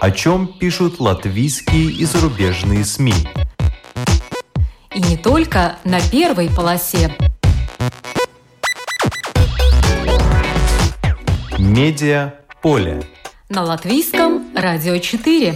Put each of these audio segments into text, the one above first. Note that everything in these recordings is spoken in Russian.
О чем пишут латвийские и зарубежные СМИ. И не только на первой полосе. Медиаполе. На Латвийском радио 4.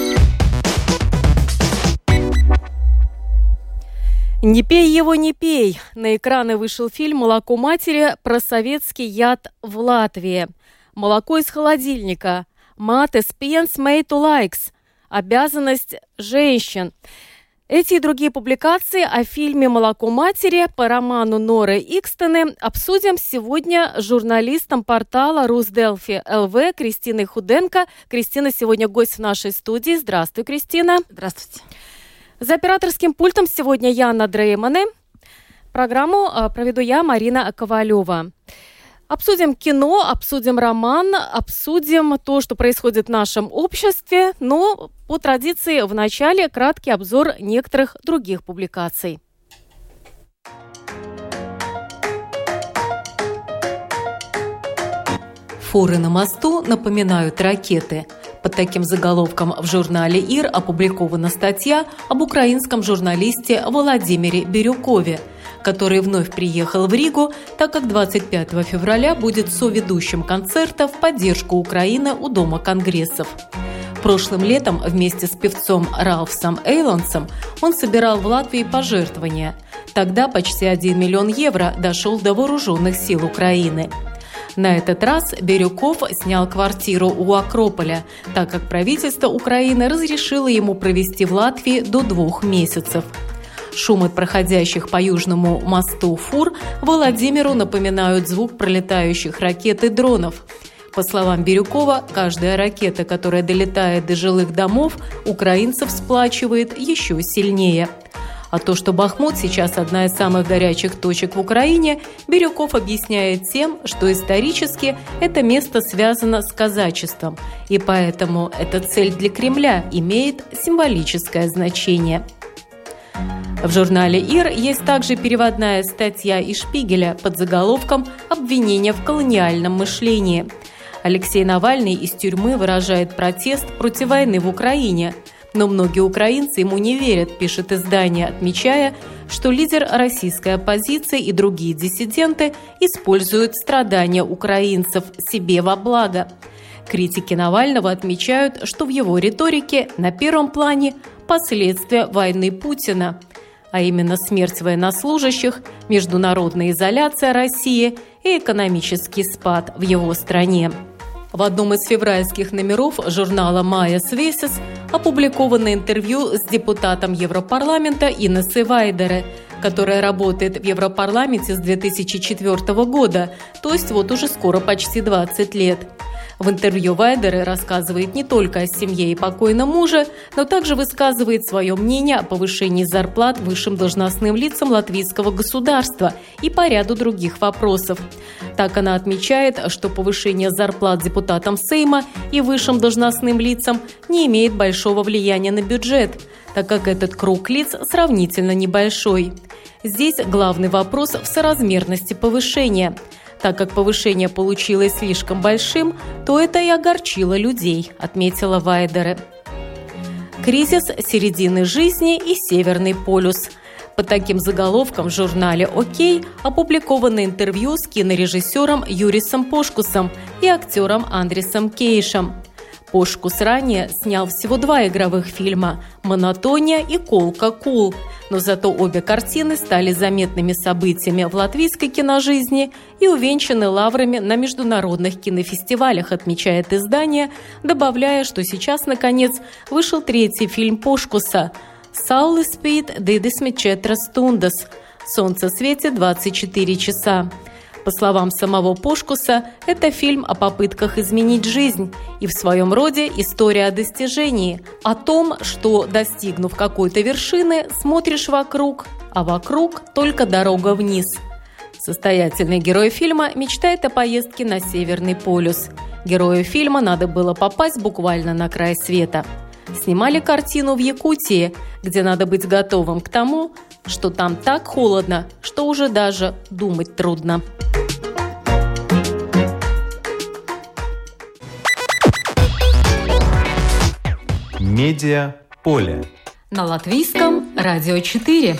«Не пей его, не пей». На экраны вышел фильм «Молоко матери» про советский яд в Латвии. Молоко из холодильника. «Матес пиенс мейту лайкс». Обязанность женщин. Эти и другие публикации о фильме «Молоко матери» по роману Норы Икстены обсудим сегодня с журналистом портала Русделфи ЛВ Кристиной Худенко. Кристина сегодня гость в нашей студии. Здравствуй, Кристина. Здравствуйте. За операторским пультом сегодня Яна Дреймане. Программу проведу я, Марина Ковалева. Обсудим кино, обсудим роман, обсудим то, что происходит в нашем обществе, но по традиции в начале краткий обзор некоторых других публикаций. Фуры на мосту напоминают ракеты. Под таким заголовком в журнале «Ир» опубликована статья об украинском журналисте Владимире Бирюкове, который вновь приехал в Ригу, так как 25 февраля будет соведущим концерта в поддержку Украины у Дома конгрессов. Прошлым летом вместе с певцом Ралфсом Эйлансом он собирал в Латвии пожертвования. Тогда почти 1 миллион евро дошел до вооруженных сил Украины. На этот раз Бирюков снял квартиру у Акрополя, так как правительство Украины разрешило ему провести в Латвии до 2 месяцев. Шум от проходящих по Южному мосту фур Владимиру напоминают звук пролетающих ракет и дронов. По словам Бирюкова, каждая ракета, которая долетает до жилых домов, украинцев сплачивает еще сильнее. А то, что Бахмут сейчас одна из самых горячих точек в Украине, Бирюков объясняет тем, что исторически это место связано с казачеством, и поэтому эта цель для Кремля имеет символическое значение. В журнале «Ир» есть также переводная статья из «Шпигеля» под заголовком «Обвинение в колониальном мышлении». Алексей Навальный из тюрьмы выражает протест против войны в Украине. Но многие украинцы ему не верят, пишет издание, отмечая, что лидер российской оппозиции и другие диссиденты используют страдания украинцев себе во благо. Критики Навального отмечают, что в его риторике на первом плане последствия войны Путина, а именно смерть военнослужащих, международная изоляция России и экономический спад в его стране. В одном из февральских номеров журнала «Майя Свесис» опубликовано интервью с депутатом Европарламента Инессой Вайдере, которая работает в Европарламенте с 2004 года, то есть вот уже скоро почти 20 лет. В интервью Вайдере рассказывает не только о семье и покойном муже, но также высказывает свое мнение о повышении зарплат высшим должностным лицам латвийского государства и по ряду других вопросов. Так она отмечает, что повышение зарплат депутатам Сейма и высшим должностным лицам не имеет большого влияния на бюджет, так как этот круг лиц сравнительно небольшой. Здесь главный вопрос в соразмерности повышения. Так как повышение получилось слишком большим, то это и огорчило людей, отметила Вайдере. Кризис середины жизни и Северный полюс. Под таким заголовком в журнале «Окей» опубликовано интервью с кинорежиссером Юрисом Пошкусом и актером Андресом Кейшем. Пошкус ранее снял всего 2 игровых фильма «Монотония» и «Колка Кул», но зато обе картины стали заметными событиями в латвийской киножизни и увенчаны лаврами на международных кинофестивалях, отмечает издание, добавляя, что сейчас, наконец, вышел 3-й фильм Пошкуса «Saule spīd 24 stundas» «Солнце светит 24 часа». По словам самого Пошкуса, это фильм о попытках изменить жизнь и в своем роде история о достижении, о том, что, достигнув какой-то вершины, смотришь вокруг, а вокруг только дорога вниз. Состоятельный герой фильма мечтает о поездке на Северный полюс. Герою фильма надо было попасть буквально на край света. Снимали картину в Якутии, где надо быть готовым к тому, что там так холодно, что уже даже думать трудно. Медиа Поле. На Латвийском радио 4.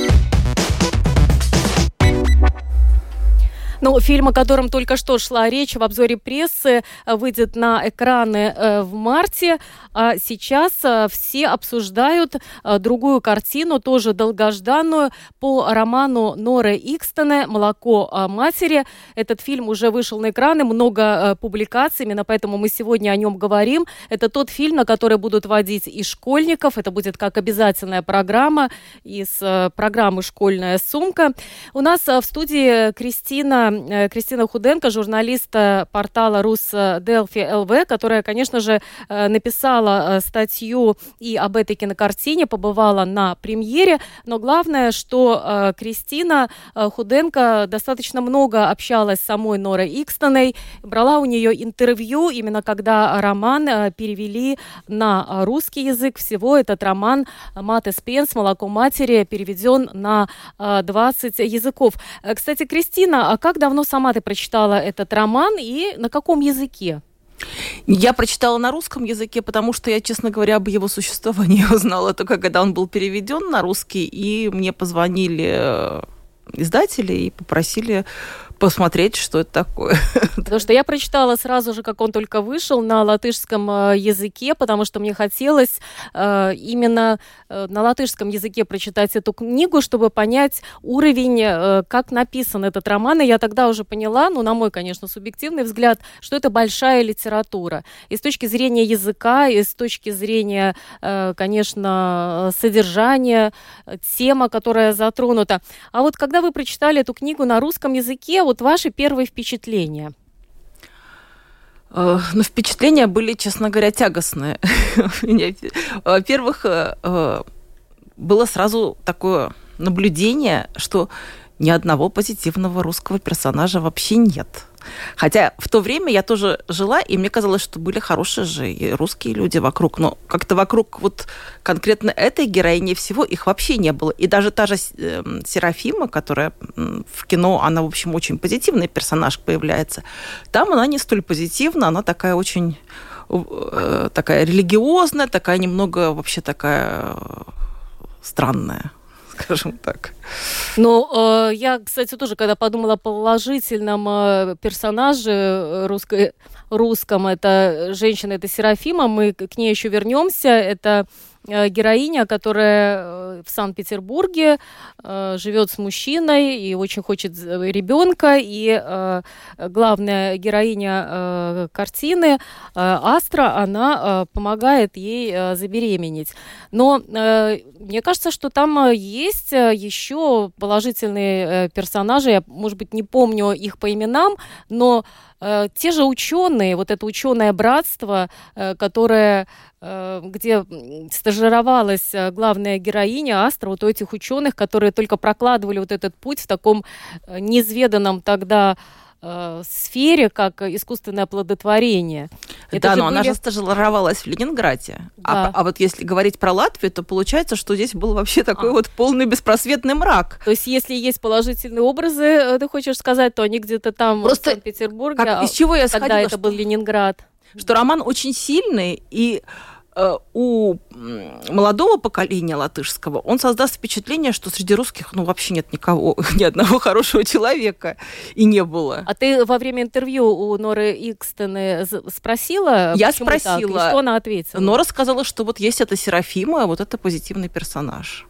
Ну, фильм, о котором только что шла речь в обзоре прессы, выйдет на экраны в марте. А сейчас все обсуждают другую картину, тоже долгожданную, по роману Норы Икстене «Молоко матери». Этот фильм уже вышел на экраны, много публикаций, именно поэтому мы сегодня о нем говорим. Это тот фильм, на который будут водить и школьников. Это будет как обязательная программа из программы «Школьная сумка». У нас в студии Кристина Худенко, журналист портала Рус-Делфи ЛВ, которая, конечно же, написала статью и об этой кинокартине, побывала на премьере. Но главное, что Кристина Худенко достаточно много общалась с самой Норой Икстеней, брала у нее интервью, именно когда роман перевели на русский язык. Всего этот роман «Мате спиенс. Молоко матери» переведен на 20 языков. Кстати, Кристина, а как давно сама ты прочитала этот роман и на каком языке? Я прочитала на русском языке, потому что я, честно говоря, об его существовании узнала только когда он был переведен на русский, и мне позвонили издатели и попросили посмотреть, что это такое. Потому что я прочитала сразу же, как он только вышел, на латышском языке, потому что мне хотелось именно на латышском языке прочитать эту книгу, чтобы понять уровень, как написан этот роман. И я тогда уже поняла, ну, на мой, конечно, субъективный взгляд, что это большая литература. И с точки зрения языка, и с точки зрения, конечно, содержания, тема, которая затронута. А вот когда вы прочитали эту книгу на русском языке, вот ваши первые впечатления? Ну, впечатления были, честно говоря, тягостные. Во-первых, было сразу такое наблюдение, что ни одного позитивного русского персонажа вообще нет. Хотя в то время я тоже жила, и мне казалось, что были хорошие же и русские люди вокруг. Но как-то вокруг вот конкретно этой героини всего их вообще не было. И даже та же Серафима, которая в кино, она, в общем, очень позитивный персонаж появляется. Там она не столь позитивна, она такая очень такая религиозная, такая немного вообще такая странная, скажем так. Ну, я, кстати, тоже, когда подумала о положительном персонаже русском, это женщина, это Серафима, мы к ней еще вернемся, это героиня, которая в Санкт-Петербурге живет с мужчиной и очень хочет ребенка, и главная героиня картины Астра, она помогает ей забеременеть. Но мне кажется, что там есть еще положительные персонажи, я, может быть, не помню их по именам, но те же ученые, вот это ученое братство, которое, где стажировалась главная героиня Астра, вот у этих ученых, которые только прокладывали вот этот путь в таком неизведанном тогда сфере, как искусственное оплодотворение. Да, но она же стажировалась в Ленинграде. Да. А вот если говорить про Латвию, то получается, что здесь был вообще такой вот полный беспросветный мрак. То есть если есть положительные образы, ты хочешь сказать, то они где-то там просто в Санкт-Петербурге, из чего я когда это был Ленинград. Что роман очень сильный, и у молодого поколения латышского он создаст впечатление, что среди русских вообще нет никого, ни одного хорошего человека и не было. А ты во время интервью у Норы Икстене спросила? Я спросила. Так? И что она ответила? Нора сказала, что вот есть эта Серафима, вот это позитивный персонаж.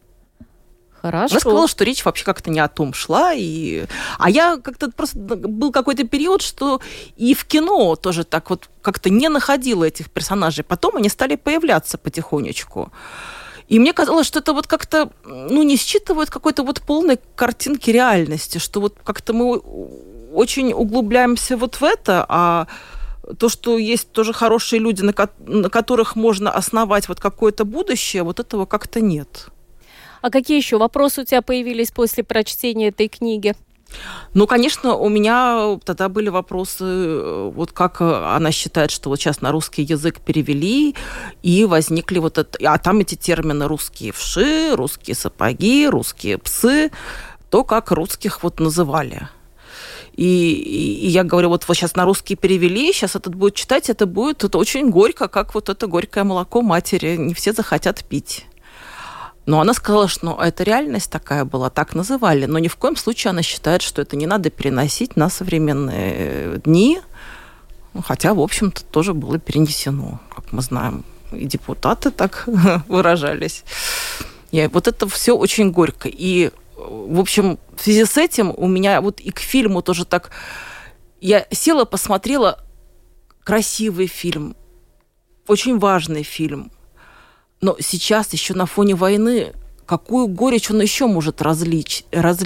Хорошо. Она сказала, что речь вообще как-то не о том шла. А я как-то просто... Был какой-то период, что и в кино тоже так вот как-то не находила этих персонажей. Потом они стали появляться потихонечку. И мне казалось, что это вот как-то не считывают какой-то вот полной картинки реальности, что вот как-то мы очень углубляемся вот в это, а то, что есть тоже хорошие люди, на которых можно основать вот какое-то будущее, вот этого как-то нет. А какие еще вопросы у тебя появились после прочтения этой книги? Ну, конечно, у меня тогда были вопросы, вот как она считает, что вот сейчас на русский язык перевели, и возникли вот это... А там эти термины русские вши, русские сапоги, русские псы, то, как русских вот называли. И я говорю, вот сейчас на русский перевели, сейчас этот будет читать, это очень горько, как вот это горькое молоко матери. Не все захотят пить. Но она сказала, что это реальность такая была, так называли. Но ни в коем случае она считает, что это не надо переносить на современные дни. Хотя, в общем-то, тоже было перенесено, как мы знаем. И депутаты так выражались. Вот это все очень горько. И, в общем, в связи с этим у меня вот и к фильму тоже так... Я села, посмотрела красивый фильм, очень важный фильм. Но сейчас еще на фоне войны какую горечь он еще может разлить.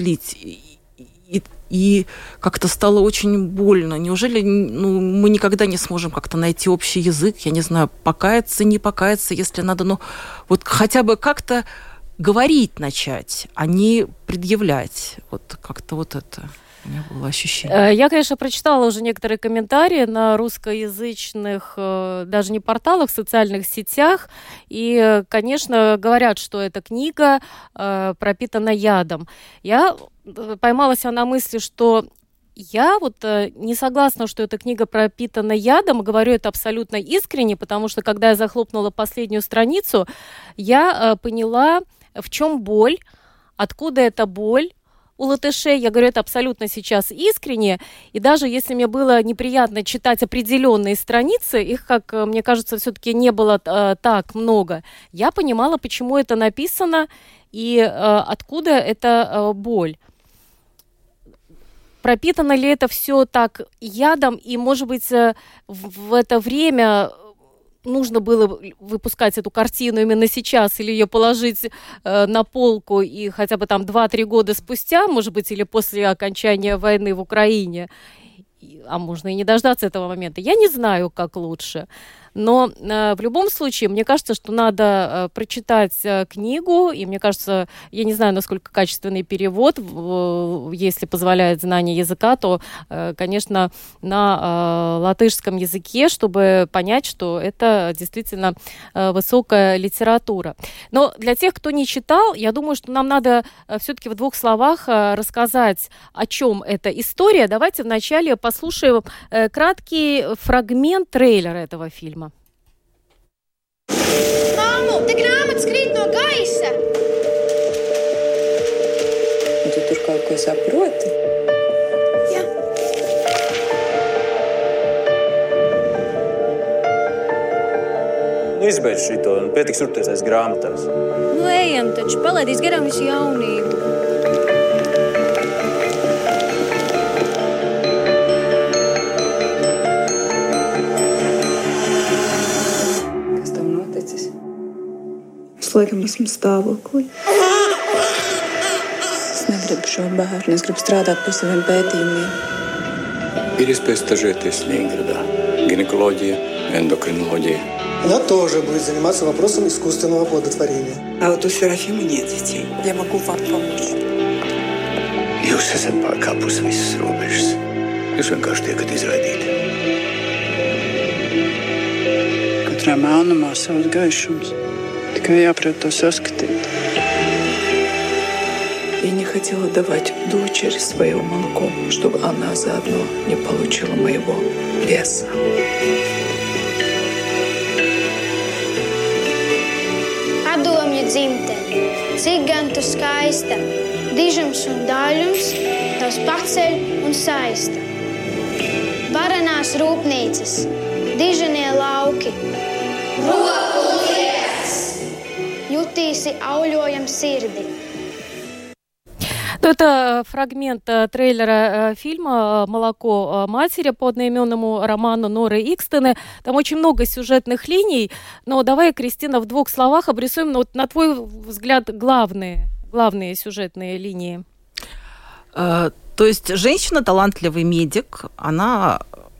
И как-то стало очень больно. Неужели мы никогда не сможем как-то найти общий язык? Я не знаю, покаяться, не покаяться, если надо. Но вот хотя бы как-то говорить начать, а не предъявлять. Вот как-то вот это... У меня было ощущение. Я, конечно, прочитала уже некоторые комментарии на русскоязычных, даже не порталах, социальных сетях. И, конечно, говорят, что эта книга пропитана ядом. Я поймала себя на мысли, что я вот не согласна, что эта книга пропитана ядом. Говорю это абсолютно искренне, потому что, когда я захлопнула последнюю страницу, я поняла, в чем боль, откуда эта боль у латышей. Я говорю это абсолютно сейчас искренне. И даже если мне было неприятно читать определенные страницы, их, как мне кажется, все-таки не было так много, я понимала, почему это написано и откуда эта боль. Пропитано ли это все так ядом? И, может быть, в это время... нужно было выпускать эту картину именно сейчас или ее положить на полку и хотя бы там 2-3 года спустя, может быть, или после окончания войны в Украине, а можно и не дождаться этого момента. Я не знаю, как лучше. Но в любом случае, мне кажется, что надо прочитать книгу, и мне кажется, я не знаю, насколько качественный перевод, если позволяет знание языка, то, конечно, на латышском языке, чтобы понять, что это действительно высокая литература. Но для тех, кто не читал, я думаю, что нам надо все-таки в 2 словах рассказать, о чем эта история. Давайте вначале послушаем краткий фрагмент трейлера этого фильма. Māmu, te grāmatas krīt no gaisa! Tu tur kaut ko saproti? Jā. Izbeidz šito, pietiks turties aiz grāmatās. Ejam taču, palaidīs garām visu jaunību. Laikam esmu stāvoklī. Es negribu šo bērnu, es gribu strādāt pie saviem pētījumiem. Ir iespēja stažēties Ленинграда. Гинекология, эндокринология. Она тоже будет заниматься вопросом искусственного оплодотворения. А вот у Серафимы нет детей. Я могу вам помочь. Jūs esat pārkāpus visas robežas. Jūs vienkārši tiekat izraidīti. Katrā melnumā savs gaišums. Tikai jāprot то saskatīt. Я не хотела давать дочери свое молоко, чтобы она заодно не получила моего веса. Padomju dzimtene, cik gan tu skaista, dižums un daļums, tavs paceļ un saista. Varanās rūpnīcas, dižanie lauki, roku lietas, jutīsi auļojam sirdi. Это фрагмент трейлера фильма «Молоко матери» по одноименному роману Норы Икстены. Там очень много сюжетных линий, но давай, Кристина, в 2 словах обрисуем, на твой взгляд, главные сюжетные линии. То есть женщина, талантливый медик, она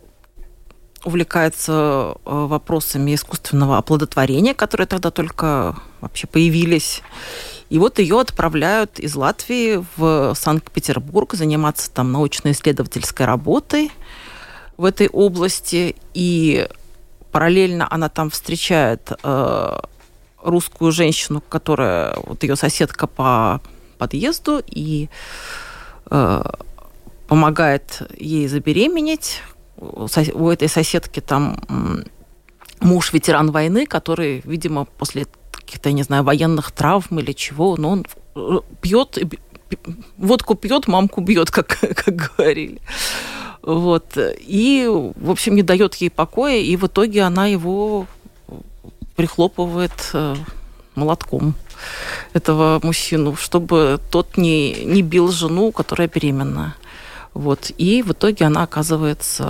увлекается вопросами искусственного оплодотворения, которые тогда только вообще появились. И вот ее отправляют из Латвии в Санкт-Петербург заниматься там научно-исследовательской работой в этой области. И параллельно она там встречает русскую женщину, которая вот ее соседка по подъезду, и помогает ей забеременеть. У этой соседки там муж ветеран войны, который, видимо, после каких-то, я не знаю, военных травм или чего, но он пьет, водку пьет, мамку бьет, как говорили. Вот. И, в общем, не дает ей покоя, и в итоге она его прихлопывает молотком, этого мужчину, чтобы тот не бил жену, которая беременна. Вот. И в итоге она оказывается...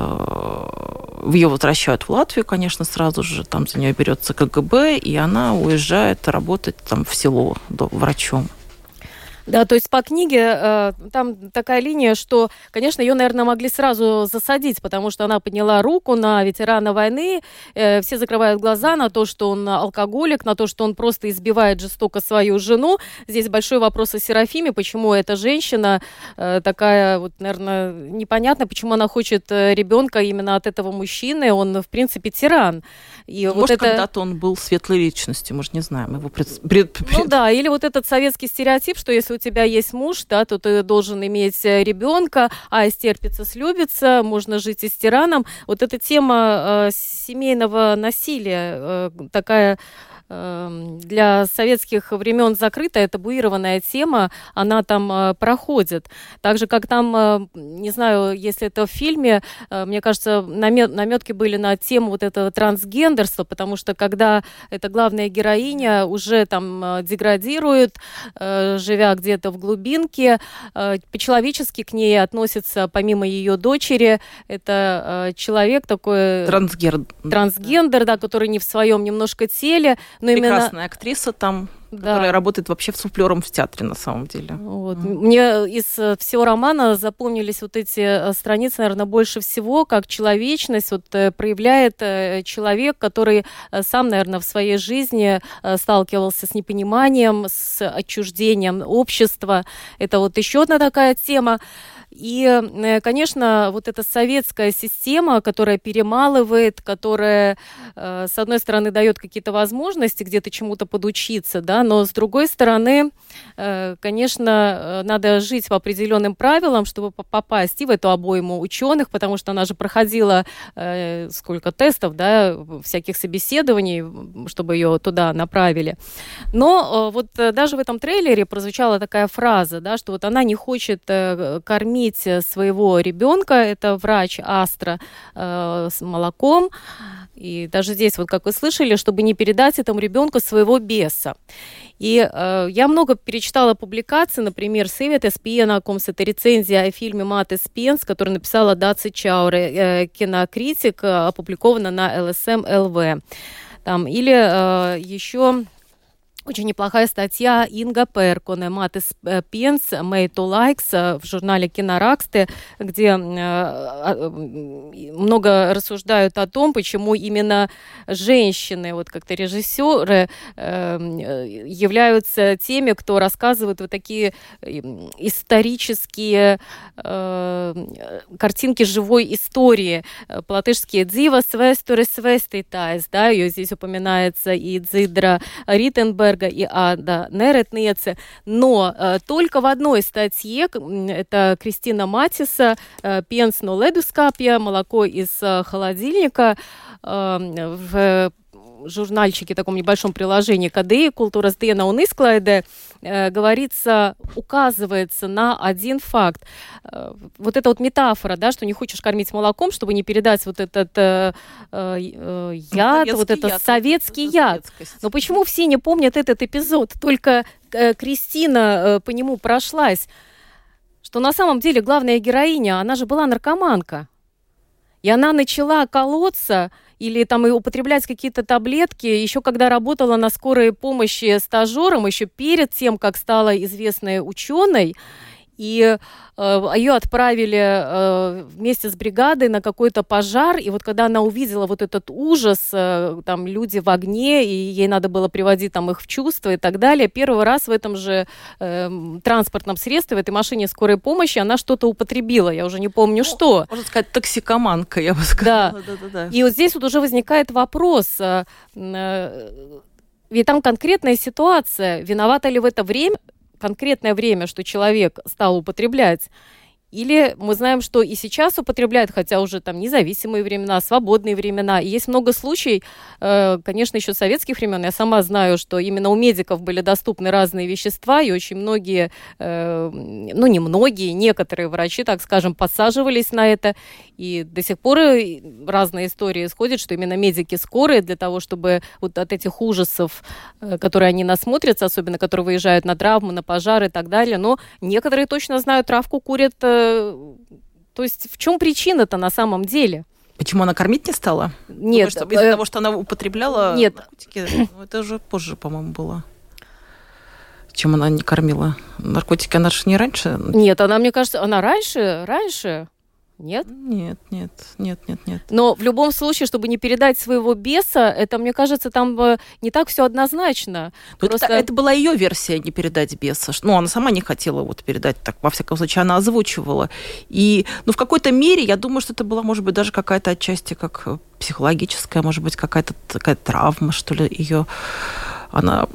Ее возвращают в Латвию, конечно, сразу же. Там за нее берется КГБ, и она уезжает работать там в село врачом. Да, то есть по книге там такая линия, что, конечно, ее, наверное, могли сразу засадить, потому что она подняла руку на ветерана войны, все закрывают глаза на то, что он алкоголик, на то, что он просто избивает жестоко свою жену. Здесь большой вопрос о Серафиме, почему эта женщина такая, вот, наверное, непонятно, почему она хочет ребенка именно от этого мужчины, он, в принципе, тиран. И может, вот когда-то он был светлой личностью, мы же не знаем его Ну да, или вот этот советский стереотип, что если у тебя есть муж, да, то ты должен иметь ребенка, а стерпится, слюбится, можно жить и с тираном. Вот эта тема семейного насилия такая для советских времен закрытая, табуированная тема, она там проходит. Так же, как там, не знаю, если это в фильме, мне кажется, намётки были на тему вот этого трансгендерства, потому что когда эта главная героиня уже там деградирует, живя где-то в глубинке, по-человечески к ней относятся, помимо ее дочери, это человек такой... Трансгендер, да, который не в своем немножко теле, но прекрасная именно... актриса там, которая работает вообще суфлером в театре, на самом деле. Вот. Мне из всего романа запомнились вот эти страницы, наверное, больше всего, как человечность вот проявляет человек, который сам, наверное, в своей жизни сталкивался с непониманием, с отчуждением общества. Это вот еще одна такая тема. И, конечно, вот эта советская система, которая перемалывает, которая, с одной стороны, дает какие-то возможности где-то чему-то подучиться, да, но с другой стороны, конечно, надо жить по определенным правилам, чтобы попасть и в эту обойму ученых, потому что она же проходила сколько тестов, да, всяких собеседований, чтобы ее туда направили. Но вот даже в этом трейлере прозвучала такая фраза, да, что вот она не хочет кормить своего ребенка, это врач Астра, с молоком. И даже здесь, вот как вы слышали, чтобы не передать этому ребенку своего беса. И я много перечитала публикаций, например, Сивета Спиенакомс, это рецензия о фильме «Мате Спиенс», которую написала Даци Чауре, кинокритик, опубликована на ЛСМ-ЛВ. Там, или еще... Очень неплохая статья Инга Перконе «Мате Спиенс, Мейто Лайкс» в журнале «Кинораксте», где много рассуждают о том, почему именно женщины, вот как-то режиссеры, являются теми, кто рассказывает вот такие исторические картинки живой истории. По-латышски «Дзивас вестурис веститайс», да, ее здесь упоминается и Дзидра Риттенберг, и Ада Неретнеце, но только в одной статье, это Кристина Матиса, «Пенс но ледускапья», молоко из холодильника, в журнальчике, таком небольшом приложении «КДИ», «Культурас Диена un izklaide», говорится, указывается на один факт. Вот эта вот метафора, да, что не хочешь кормить молоком, чтобы не передать вот этот яд, вот этот советский яд. Но почему все не помнят этот эпизод? Только Кристина по нему прошлась. Что на самом деле главная героиня, она же была наркоманка. И она начала колоться или там и употреблять какие-то таблетки, еще когда работала на скорой помощи стажером, еще перед тем, как стала известной ученой, и ее отправили вместе с бригадой на какой-то пожар, и вот когда она увидела вот этот ужас, там люди в огне, и ей надо было приводить там их в чувство и так далее, первый раз в этом же транспортном средстве, в этой машине скорой помощи, она что-то употребила, я уже не помню что. Можно сказать, токсикоманка, я бы сказала. Да. И вот здесь вот уже возникает вопрос, ведь там конкретная ситуация, виновата ли в это время, конкретное время, что человек стал употреблять, Или мы знаем, что и сейчас употребляют, хотя уже там независимые времена, свободные времена. И есть много случаев, конечно, еще советских времен. Я сама знаю, что именно у медиков были доступны разные вещества, и очень многие, не многие, некоторые врачи, так скажем, подсаживались на это. И до сих пор разные истории исходят, что именно медики скорые для того, чтобы вот от этих ужасов, которые они насмотрятся, особенно которые выезжают на травмы, на пожары и так далее, но некоторые точно знают, травку курят. То есть в чем причина-то на самом деле? Почему она кормить не стала? Нет. Думаю, из-за того, что она употребляла наркотики? Это уже позже, по-моему, было. Чем она не кормила? Наркотики она же не раньше? Нет, она, мне кажется, она раньше. Нет? Нет. Но в любом случае, чтобы не передать своего беса, это, мне кажется, там не так все однозначно. Просто... Это была ее версия, не передать беса. Она сама не хотела передать, так, во всяком случае, она озвучивала. И, в какой-то мере, я думаю, что это была, может быть, даже какая-то отчасти как психологическая, может быть, какая-то такая травма, что ли, ее. Она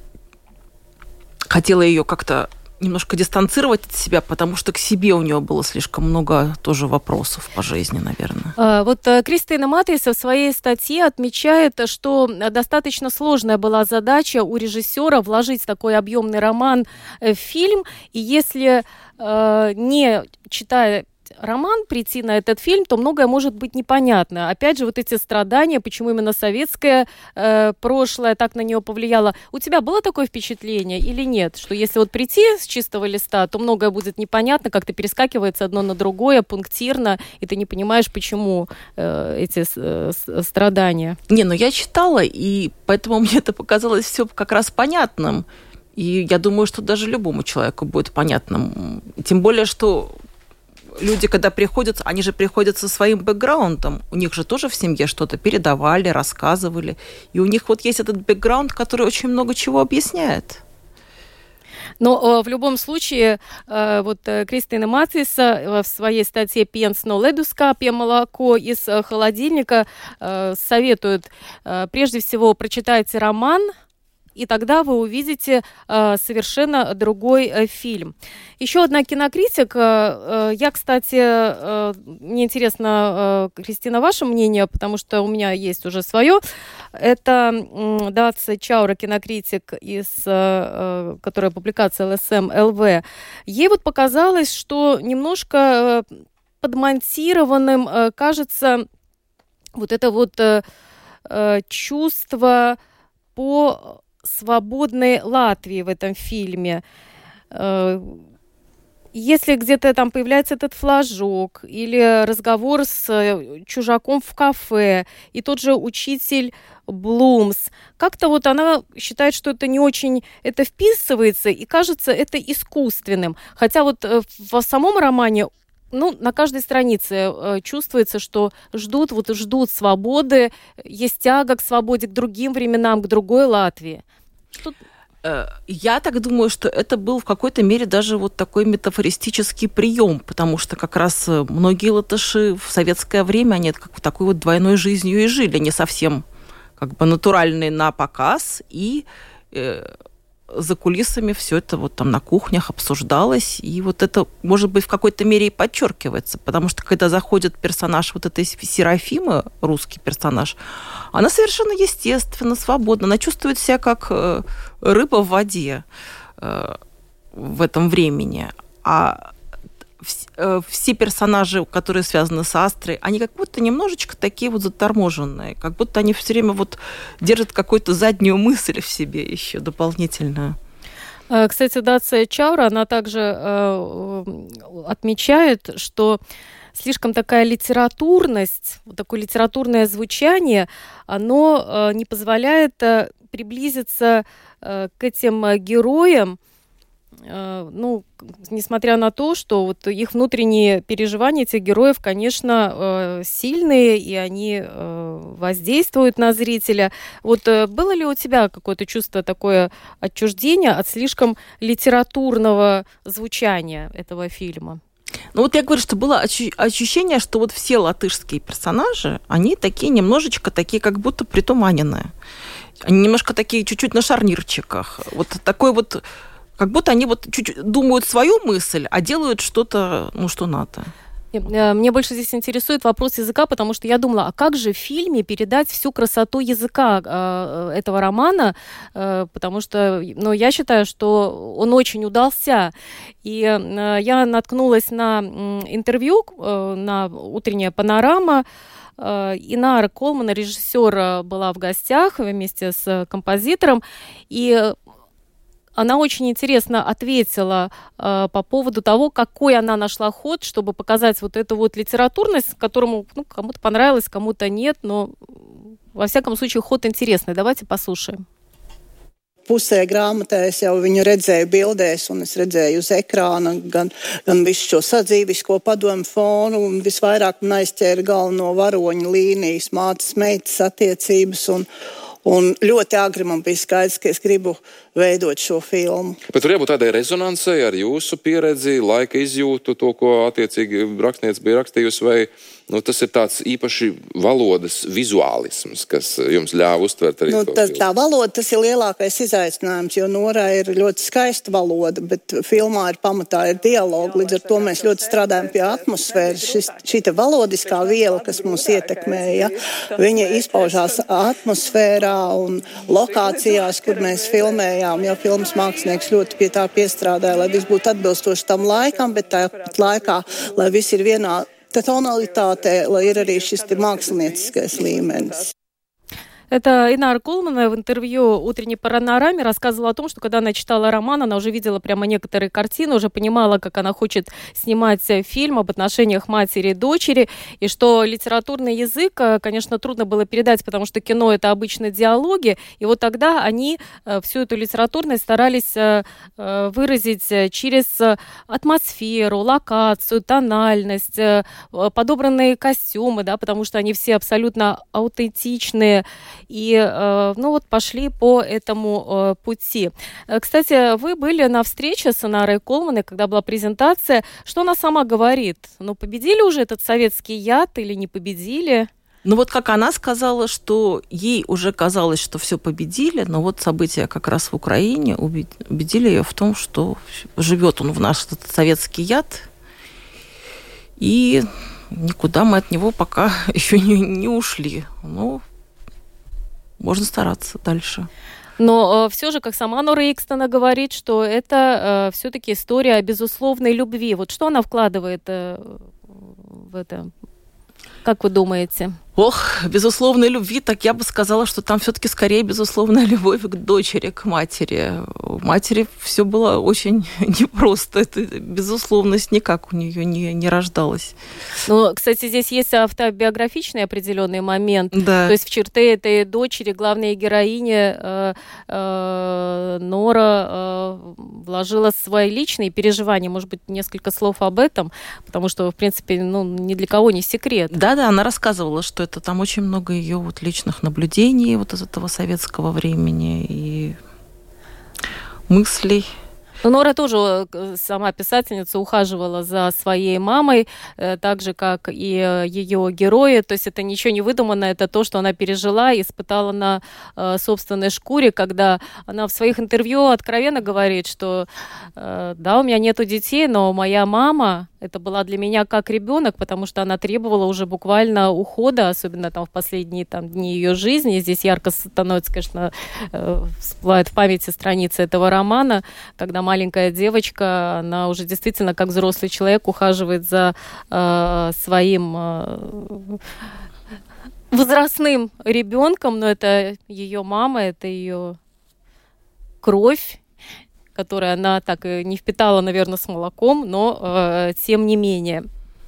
хотела ее как-то немножко дистанцировать от себя, потому что к себе у нее было слишком много тоже вопросов по жизни, наверное. Вот Кристина Матейс в своей статье отмечает, что достаточно сложная была задача у режиссера вложить такой объемный роман в фильм, и если не читая роман, прийти на этот фильм, то многое может быть непонятно. Опять же, вот эти страдания, почему именно советское прошлое так на нее повлияло. У тебя было такое впечатление или нет? Что если вот прийти с чистого листа, то многое будет непонятно, как-то перескакивается одно на другое, пунктирно, и ты не понимаешь, почему эти страдания. Я читала, и поэтому мне это показалось все как раз понятным. И я думаю, что даже любому человеку будет понятным. Тем более, что люди, когда приходят, они же приходят со своим бэкграундом. У них же тоже в семье что-то передавали, рассказывали. И у них есть этот бэкграунд, который очень много чего объясняет. Но в любом случае, Кристина Матейс в своей статье «Пьенс но ледуска», «Пьем молоко из холодильника» советует прежде всего прочитайте роман, и тогда вы увидите совершенно другой фильм. Еще одна кинокритика. Я, кстати, мне интересно, Кристина, ваше мнение, потому что у меня есть уже свое. Это Даце Чаура, кинокритик, которая публикация ЛСМ ЛВ. Ей показалось, что немножко подмонтированным кажется это чувство по свободной Латвии в этом фильме. Если где-то там появляется этот флажок или разговор с чужаком в кафе, и тот же учитель Блумс, как-то она считает, что это не очень это вписывается, и кажется это искусственным. Хотя в самом романе на каждой странице чувствуется, что ждут свободы, есть тяга к свободе, к другим временам, к другой Латвии. Я так думаю, что это был в какой-то мере даже такой метафористический прием, потому что как раз многие латыши в советское время, они такой двойной жизнью и жили, не совсем натуральный на показ, и за кулисами все это там на кухнях обсуждалось, и это, может быть, в какой-то мере и подчеркивается, потому что когда заходит персонаж этой Серафимы, русский персонаж, она совершенно естественно, свободна, она чувствует себя как рыба в воде в этом времени. А все персонажи, которые связаны с Астрой, они как будто немножечко такие заторможенные, как будто они все время держат какую-то заднюю мысль в себе еще дополнительную. Кстати, Даце Чаура, она также отмечает, что слишком такая литературность, такое литературное звучание, оно не позволяет приблизиться к этим героям, несмотря на то, что их внутренние переживания этих героев, конечно, сильные, и они воздействуют на зрителя. Было ли у тебя какое-то чувство такое отчуждения от слишком литературного звучания этого фильма? Я говорю, что было ощущение, что все латышские персонажи, они немножечко такие, как будто притуманенные. Они немножко такие чуть-чуть на шарнирчиках. Такой Как будто они вот чуть-чуть думают свою мысль, а делают что-то, что надо. Мне больше здесь интересует вопрос языка, потому что я думала, а как же в фильме передать всю красоту языка этого романа, потому что, я считаю, что он очень удался. И я наткнулась на интервью на «Утренняя панорама», и Инара Колман, режиссер, была в гостях вместе с композитором, и она очень интересно ответила по поводу того, какой она нашла ход, чтобы показать вот эту вот литературность, которому кому-то понравилось, кому-то нет, но во всяком случае ход интересный. Давайте послушаем. Pusē grāmatā es jau viņu redzēju bildēs, un es redzēju uz ekrāna gan visu šo sadzīvisko padomu fonu, un visvairāk man aizķēra galveno varoņu līnijas, mātes meitas attiecības, un ļoti agri man bija skaidrs, ka es gribu veidot šo filmu. Bet tur jābūt tādai rezonansai ar jūsu pieredzi, laika izjūtu, to, ko attiecīgi rakstniece bija rakstījusi, vai tas ir tāds īpaši valodas vizuālisms, kas jums ļāva uztvert arī to filmu? Tā valoda, tas ir lielākais izaicinājums, jo Norā ir ļoti skaista valoda, bet filmā ir pamatā ir dialogi, līdz ar to mēs ļoti strādājam pie atmosfēras. Šī te valodiskā viela, kas mūs ietekmēja, viņa izpaužās atmosfērā un lokācijās, kur mēs filmējām, jo filmas mākslinieks ļoti pie tā piestrādāja, lai viss būtu atbilstoši tam laikam, bet tāpat laikā, lai viss ir vienā tonalitātē, lai ir arī šis mākslinieckais līmenis. Это Инара Колман в интервью «Утренней панораме» рассказывала о том, что когда она читала роман, она уже видела прямо некоторые картины, уже понимала, как она хочет снимать фильм об отношениях матери и дочери, и что литературный язык, конечно, трудно было передать, потому что кино — это обычно диалоги, и вот тогда они всю эту литературность старались выразить через атмосферу, локацию, тональность, подобранные костюмы, да, потому что они все абсолютно аутентичные, и, пошли по этому пути. Кстати, вы были на встрече с Инарой Колман, когда была презентация. Что она сама говорит? Победили уже этот советский яд или не победили? Как она сказала, что ей уже казалось, что все победили, но вот события как раз в Украине убедили ее в том, что живет он в наш советский яд, и никуда мы от него пока еще не ушли. Можно стараться дальше. Но все же, как сама Нора Икстена говорит, что это все-таки история о безусловной любви. Вот что она вкладывает в это? Как вы думаете? Безусловной любви, так я бы сказала, что там все-таки скорее безусловная любовь к дочери, к матери. У матери все было очень непросто. Эта безусловность никак у нее не рождалась. Кстати, здесь есть автобиографичный определенный момент. Да. То есть в черты этой дочери, главной героини, Нора вложила свои личные переживания. Может быть, несколько слов об этом, потому что, в принципе, ни для кого не секрет. Да, она рассказывала, что это там очень много ее личных наблюдений из этого советского времени и мыслей. Нора тоже, сама писательница, ухаживала за своей мамой, так же, как и ее герои. То есть это ничего не выдуманное, это то, что она пережила и испытала на собственной шкуре, когда она в своих интервью откровенно говорит, что да, у меня нету детей, но моя мама, это была для меня как ребенок, потому что она требовала уже буквально ухода, особенно в последние дни ее жизни. Здесь ярко становится, конечно, всплывает в памяти страницы этого романа, когда маленькая девочка, она уже действительно как взрослый человек ухаживает за своим возрастным ребенком, но это ее мама, это ее кровь, которую она так и не впитала, наверное, с молоком, но тем не менее.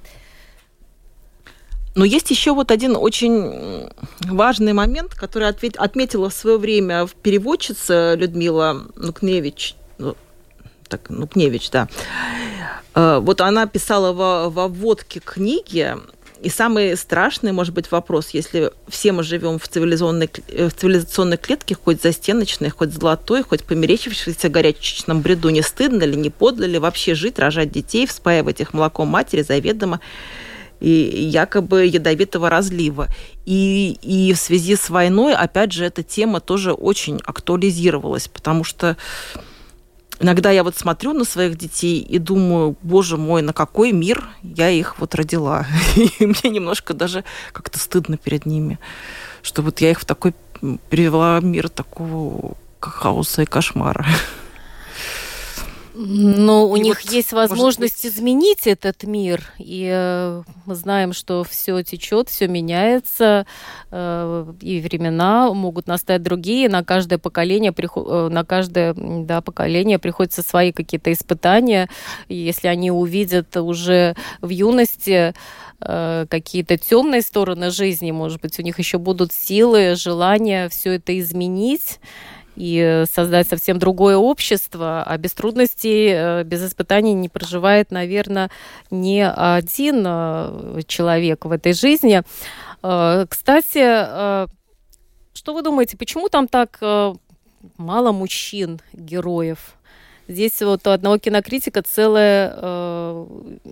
Но есть еще один очень важный момент, который отметила в свое время переводчица Людмила Нукневич. Нукневич, да. Она писала во вводке книги, и самый страшный, может быть, вопрос, если все мы живем в цивилизационной клетке, хоть застеночной, хоть золотой, хоть померещившейся горячечном бреду, не стыдно ли, не подло ли вообще жить, рожать детей, вспаивать их молоком матери заведомо и якобы ядовитого разлива. И в связи с войной, опять же, эта тема тоже очень актуализировалась, потому что иногда я вот смотрю на своих детей и думаю, боже мой, на какой мир я их вот родила. И мне немножко даже как-то стыдно перед ними, что вот я их в такой привела мир такого хаоса и кошмара. Но у них есть возможность изменить этот мир, и мы знаем, что все течет, все меняется, и времена могут настать другие. На каждое поколение приходятся свои какие-то испытания. И если они увидят уже в юности какие-то темные стороны жизни, может быть, у них еще будут силы, желание все это изменить и создать совсем другое общество, а без трудностей, без испытаний не проживает, наверное, ни один человек в этой жизни. Кстати, что вы думаете, почему там так мало мужчин, героев? Здесь вот у одного кинокритика целая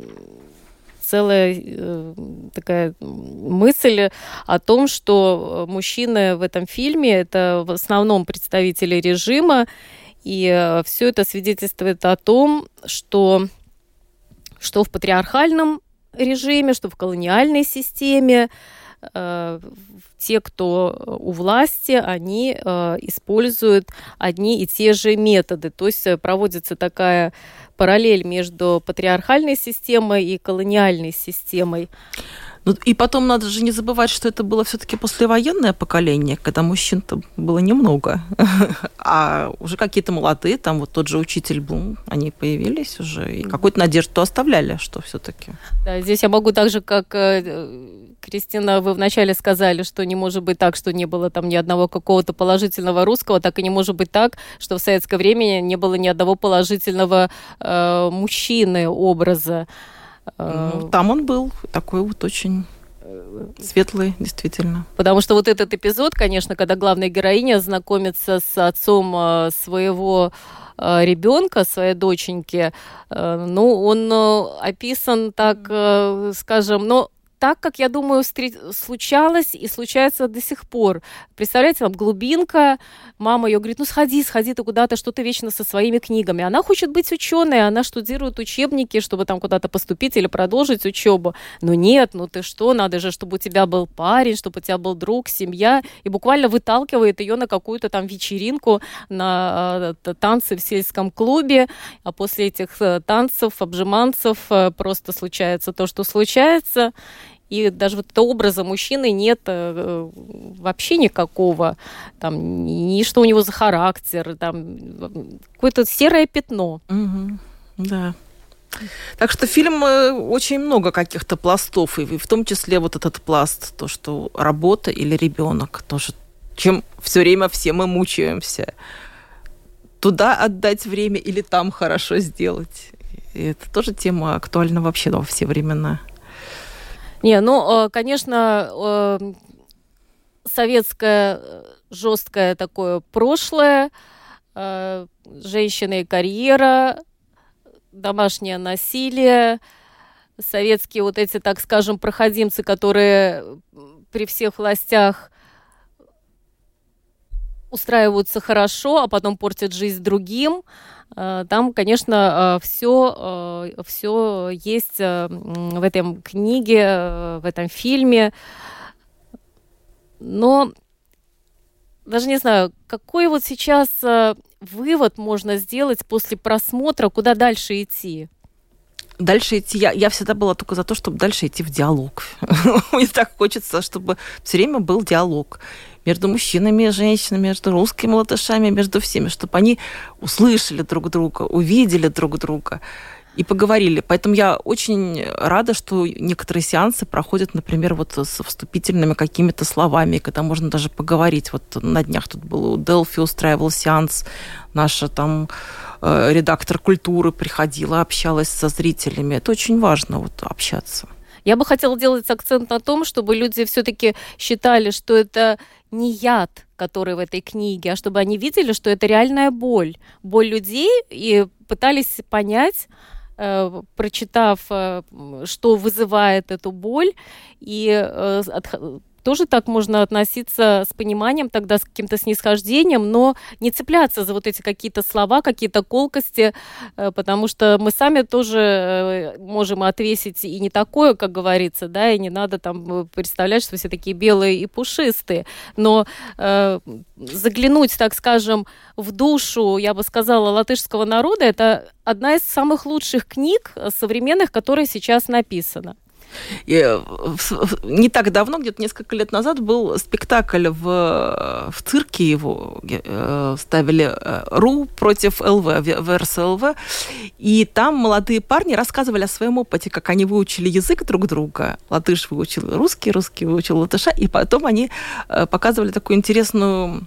такая мысль о том, что мужчины в этом фильме это в основном представители режима, и все это свидетельствует о том, что в патриархальном режиме, что в колониальной системе те, кто у власти, они используют одни и те же методы. То есть проводится такая параллель между патриархальной системой и колониальной системой. Ну, и потом надо же не забывать, что это было все-таки послевоенное поколение, когда мужчин-то было немного, а уже какие-то молодые, там вот тот же учитель Блум, они появились уже, и какую-то надежду оставляли, что все-таки. Да, здесь я могу так же, как Кристина, вы вначале сказали, что не может быть так, что не было там ни одного какого-то положительного русского, так и не может быть так, что в советское время не было ни одного положительного мужчины образа. Ну, там он был такой вот очень светлый, действительно. Потому что вот этот эпизод, конечно, когда главная героиня знакомится с отцом своего ребенка, своей доченьки, ну, он описан так, скажем, но так, как, я думаю, случалось и случается до сих пор. Представляете, там глубинка, мама ее говорит, ну сходи ты куда-то, что ты вечно со своими книгами. Она хочет быть ученой, она штудирует учебники, чтобы там куда-то поступить или продолжить учебу. Но нет, ну ты что, надо же, чтобы у тебя был парень, чтобы у тебя был друг, семья. И буквально выталкивает ее на какую-то там вечеринку, на танцы в сельском клубе. А после этих танцев, обжиманцев просто случается то, что случается. И даже вот этого образа мужчины нет вообще никакого, там, ни что у него за характер, там, какое-то серое пятно. Угу. Да. Так что фильм очень много каких-то пластов, и в том числе вот этот пласт, то, что работа или ребенок, тоже, чем все время все мы мучаемся. Туда отдать время или там хорошо сделать. И это тоже тема актуальна вообще во все времена. Не, ну, конечно, советское жесткое такое прошлое, женщины и карьера, домашнее насилие, советские вот эти, так скажем, проходимцы, которые при всех властях устраиваются хорошо, а потом портят жизнь другим. Там, конечно, все есть в этой книге, в этом фильме. Но даже не знаю, какой вот сейчас вывод можно сделать после просмотра, куда дальше идти? Дальше идти, я всегда была только за то, чтобы дальше идти в диалог. Мне так хочется, чтобы все время был диалог между мужчинами и женщинами, между русскими латышами, между всеми, чтобы они услышали друг друга, увидели друг друга и поговорили. Поэтому я очень рада, что некоторые сеансы проходят, например, вот с вступительными какими-то словами, когда можно даже поговорить. Вот на днях тут был у Делфи устраивал сеанс, наша там редактор культуры приходила, общалась со зрителями. Это очень важно, вот, общаться. Я бы хотела делать акцент на том, чтобы люди все-таки считали, что это не яд, который в этой книге, а чтобы они видели, что это реальная боль. Боль людей, и пытались понять, прочитав, что вызывает эту боль, и тоже так можно относиться с пониманием, тогда с каким-то снисхождением, но не цепляться за вот эти какие-то слова, какие-то колкости, потому что мы сами тоже можем отвесить и не такое, как говорится, да, и не надо там представлять, что все такие белые и пушистые. Но заглянуть, так скажем, в душу, я бы сказала, латышского народа, это одна из самых лучших книг современных, которая сейчас написана. Не так давно, где-то несколько лет назад, был спектакль в цирке, его ставили РУ против ЛВ, ВРС ЛВ, и там молодые парни рассказывали о своем опыте, как они выучили язык друг друга. Латыш выучил русский, русский выучил латыша, и потом они показывали такую интересную...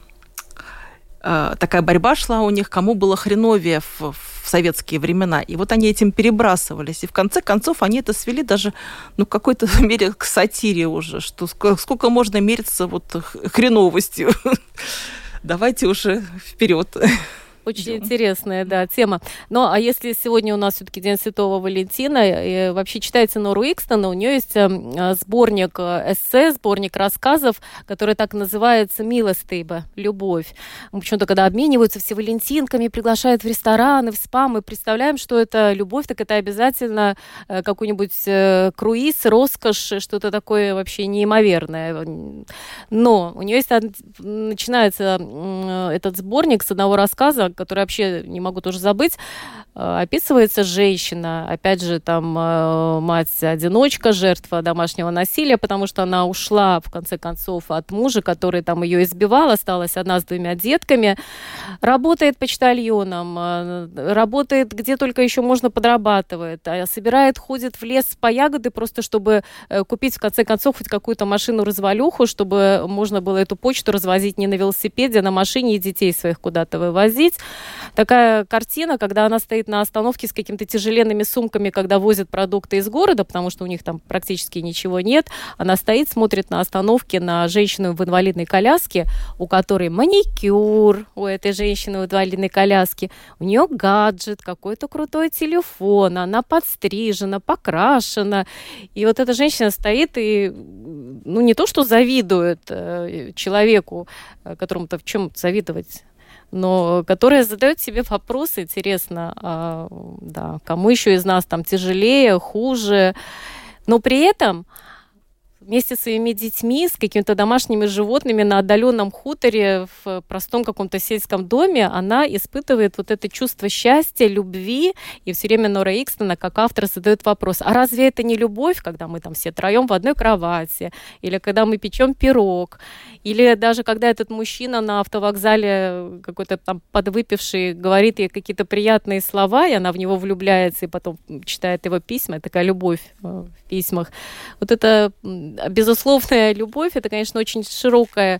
Такая борьба шла у них, кому было хреновее в советские времена. И вот они этим перебрасывались. И в конце концов они это свели даже, в какой-то мере к сатире уже, что сколько можно мериться вот хреновостью. Давайте уже вперед. Очень интересная, да, тема. Ну, а если сегодня у нас все-таки День Святого Валентина, и вообще читайте Нору Икстена, у нее есть сборник эссе, сборник рассказов, который так называется «Милостыба», «Любовь». Мы почему-то, когда обмениваются все валентинками, приглашают в рестораны, в спа, мы представляем, что это любовь, так это обязательно какой-нибудь круиз, роскошь, что-то такое вообще неимоверное. Но у нее есть, начинается этот сборник с одного рассказа, который вообще не могу тоже забыть. Описывается женщина, опять же, там мать-одиночка, жертва домашнего насилия, потому что она ушла, в конце концов, от мужа, который там ее избивал, осталась одна с 2 детками, работает почтальоном, работает где только еще можно, подрабатывает, собирает, ходит в лес по ягоды, просто чтобы купить, в конце концов, хоть какую-то машину-развалюху, чтобы можно было эту почту развозить не на велосипеде, а на машине и детей своих куда-то вывозить. Такая картина, когда она стоит на остановке с какими-то тяжеленными сумками, когда возят продукты из города, потому что у них там практически ничего нет. Она стоит, смотрит на остановке на женщину в инвалидной коляске, у которой маникюр, у этой женщины в инвалидной коляске, у нее гаджет, какой-то крутой телефон, она подстрижена, покрашена. И вот эта женщина стоит и, не то что завидует человеку, которому-то в чем завидовать, но которая задает себе вопрос, интересно, кому еще из нас там тяжелее, хуже, но при этом вместе с своими детьми, с какими-то домашними животными на отдаленном хуторе, в простом каком-то сельском доме, она испытывает вот это чувство счастья, любви, и все время Нора Икстена, как автор, задает вопрос, а разве это не любовь, когда мы там все троем в одной кровати, или когда мы печем пирог, или даже когда этот мужчина на автовокзале какой-то там подвыпивший говорит ей какие-то приятные слова, и она в него влюбляется, и потом читает его письма, такая любовь в письмах. Вот это безусловная любовь, это, конечно, очень широкое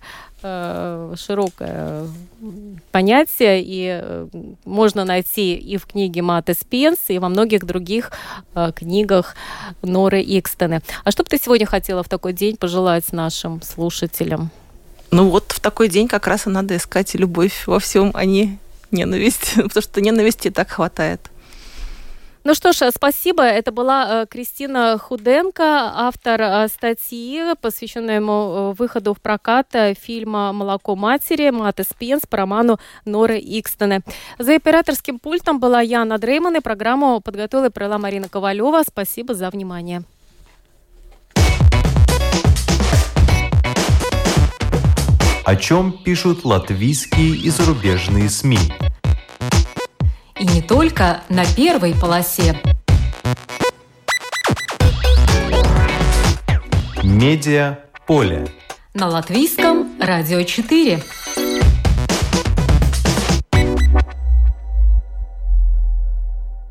понятие, и можно найти и в книге Маты Спенс, и во многих других книгах Норы Икстены. А что бы ты сегодня хотела в такой день пожелать нашим слушателям? В такой день как раз и надо искать любовь во всем, а не ненависть, потому что ненависти так хватает. Ну что ж, спасибо. Это была Кристина Худенко, автор статьи, посвященной выходу в прокат фильма «Молоко матери» Маты Спенс по роману Норы Икстены. За операторским пультом была Яна Дрейман, и программу подготовила и провела Марина Ковалева. Спасибо за внимание. О чем пишут латвийские и зарубежные СМИ? И не только на первой полосе. Медиа поле. На Латвийском радио 4.